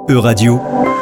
Euradio,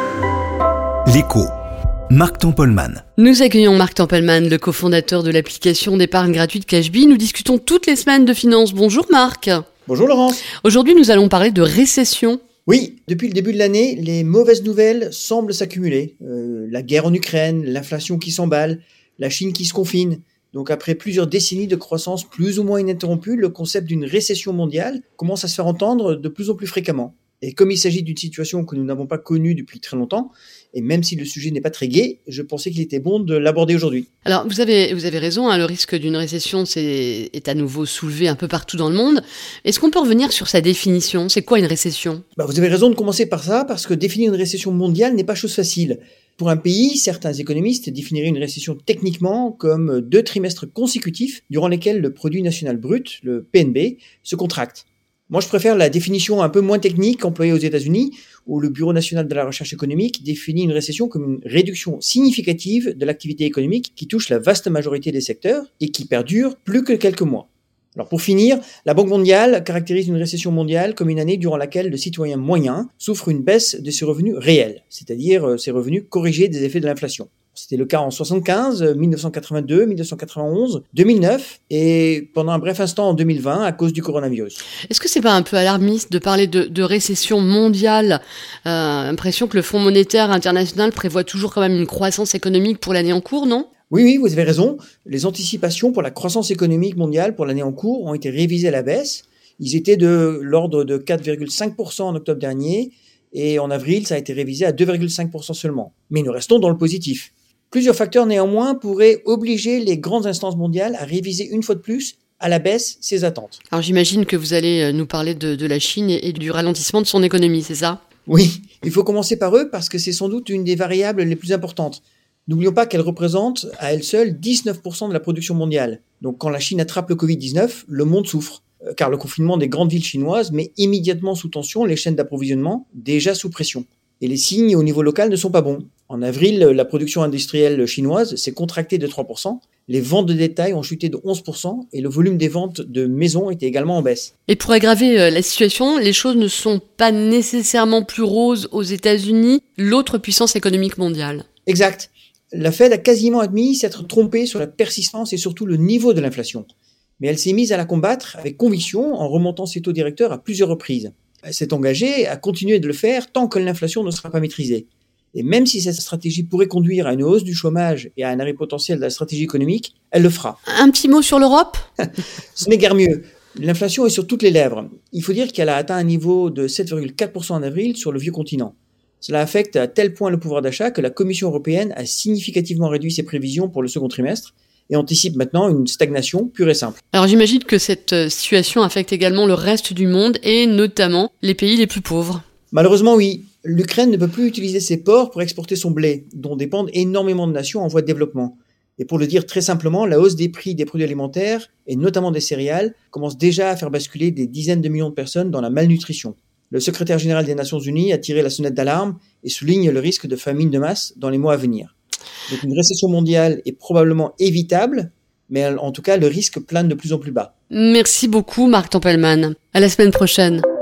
l'écho. Marc Tempelman. Nous accueillons Marc Tempelman, le cofondateur de l'application d'épargne gratuite Cashbee. Nous discutons toutes les semaines de finances. Bonjour Marc. Bonjour Laurence. Aujourd'hui, nous allons parler de récession. Oui, depuis le début de l'année, les mauvaises nouvelles semblent s'accumuler. La guerre en Ukraine, l'inflation qui s'emballe, la Chine qui se confine. Donc après plusieurs décennies de croissance plus ou moins ininterrompue, le concept d'une récession mondiale commence à se faire entendre de plus en plus fréquemment. Et comme il s'agit d'une situation que nous n'avons pas connue depuis très longtemps, et même si le sujet n'est pas très gai, je pensais qu'il était bon de l'aborder aujourd'hui. Alors vous avez raison, le risque d'une récession est à nouveau soulevé un peu partout dans le monde. Est-ce qu'on peut revenir sur sa définition ? C'est quoi une récession ? Vous avez raison de commencer par ça, parce que définir une récession mondiale n'est pas chose facile. Pour un pays, certains économistes définiraient une récession techniquement comme 2 trimestres consécutifs durant lesquels le produit national brut, le PNB, se contracte. Moi, je préfère la définition un peu moins technique employée aux États-Unis, où le Bureau national de la recherche économique définit une récession comme une réduction significative de l'activité économique qui touche la vaste majorité des secteurs et qui perdure plus que quelques mois. Alors pour finir, la Banque mondiale caractérise une récession mondiale comme une année durant laquelle le citoyen moyen souffre une baisse de ses revenus réels, c'est-à-dire ses revenus corrigés des effets de l'inflation. C'était le cas en 1975, 1982, 1991, 2009 et pendant un bref instant en 2020 à cause du coronavirus. Est-ce que c'est pas un peu alarmiste de parler de récession mondiale ? L'impression que le Fonds monétaire international prévoit toujours quand même une croissance économique pour l'année en cours, non ? Oui, vous avez raison. Les anticipations pour la croissance économique mondiale pour l'année en cours ont été révisées à la baisse. Ils étaient de l'ordre de 4,5% en octobre dernier et en avril, ça a été révisé à 2,5% seulement. Mais nous restons dans le positif. Plusieurs facteurs néanmoins pourraient obliger les grandes instances mondiales à réviser une fois de plus à la baisse ces attentes. Alors j'imagine que vous allez nous parler de la Chine et du ralentissement de son économie, c'est ça ? Oui, il faut commencer par eux parce que c'est sans doute une des variables les plus importantes. N'oublions pas qu'elle représente à elle seule 19% de la production mondiale. Donc quand la Chine attrape le Covid-19, le monde souffre, car le confinement des grandes villes chinoises met immédiatement sous tension les chaînes d'approvisionnement, déjà sous pression. Et les signes au niveau local ne sont pas bons. En avril, la production industrielle chinoise s'est contractée de 3%, les ventes de détail ont chuté de 11% et le volume des ventes de maisons était également en baisse. Et pour aggraver la situation, les choses ne sont pas nécessairement plus roses aux États-Unis, l'autre puissance économique mondiale. Exact. La Fed a quasiment admis s'être trompée sur la persistance et surtout le niveau de l'inflation. Mais elle s'est mise à la combattre avec conviction en remontant ses taux directeurs à plusieurs reprises. Elle s'est engagée à continuer de le faire tant que l'inflation ne sera pas maîtrisée. Et même si cette stratégie pourrait conduire à une hausse du chômage et à un arrêt potentiel de la stratégie économique, elle le fera. Un petit mot sur l'Europe ? Ce n'est guère mieux. L'inflation est sur toutes les lèvres. Il faut dire qu'elle a atteint un niveau de 7,4% en avril sur le vieux continent. Cela affecte à tel point le pouvoir d'achat que la Commission européenne a significativement réduit ses prévisions pour le second trimestre et anticipe maintenant une stagnation pure et simple. Alors j'imagine que cette situation affecte également le reste du monde et notamment les pays les plus pauvres. Malheureusement oui, l'Ukraine ne peut plus utiliser ses ports pour exporter son blé, dont dépendent énormément de nations en voie de développement. Et pour le dire très simplement, la hausse des prix des produits alimentaires, et notamment des céréales, commence déjà à faire basculer des dizaines de millions de personnes dans la malnutrition. Le secrétaire général des Nations Unies a tiré la sonnette d'alarme et souligne le risque de famine de masse dans les mois à venir. Donc une récession mondiale est probablement évitable, mais en tout cas le risque plane de plus en plus bas. Merci beaucoup Marc Tempelman. À la semaine prochaine.